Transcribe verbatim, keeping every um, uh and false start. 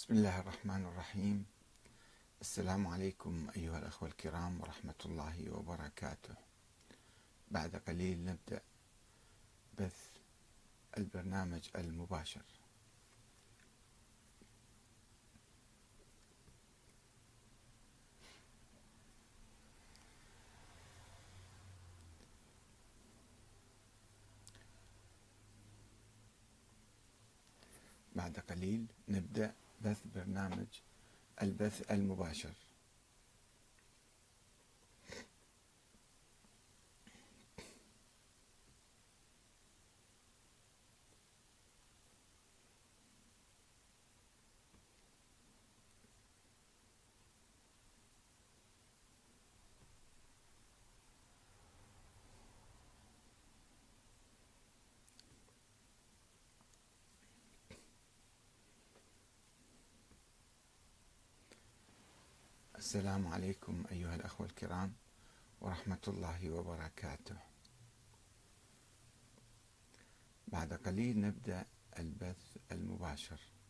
بسم الله الرحمن الرحيم. السلام عليكم أيها الأخوة الكرام ورحمة الله وبركاته. بعد قليل نبدأ بث البرنامج المباشر. بعد قليل نبدأ بث برنامج البث المباشر. السلام عليكم أيها الأخوة الكرام ورحمة الله وبركاته. بعد قليل نبدأ البث المباشر.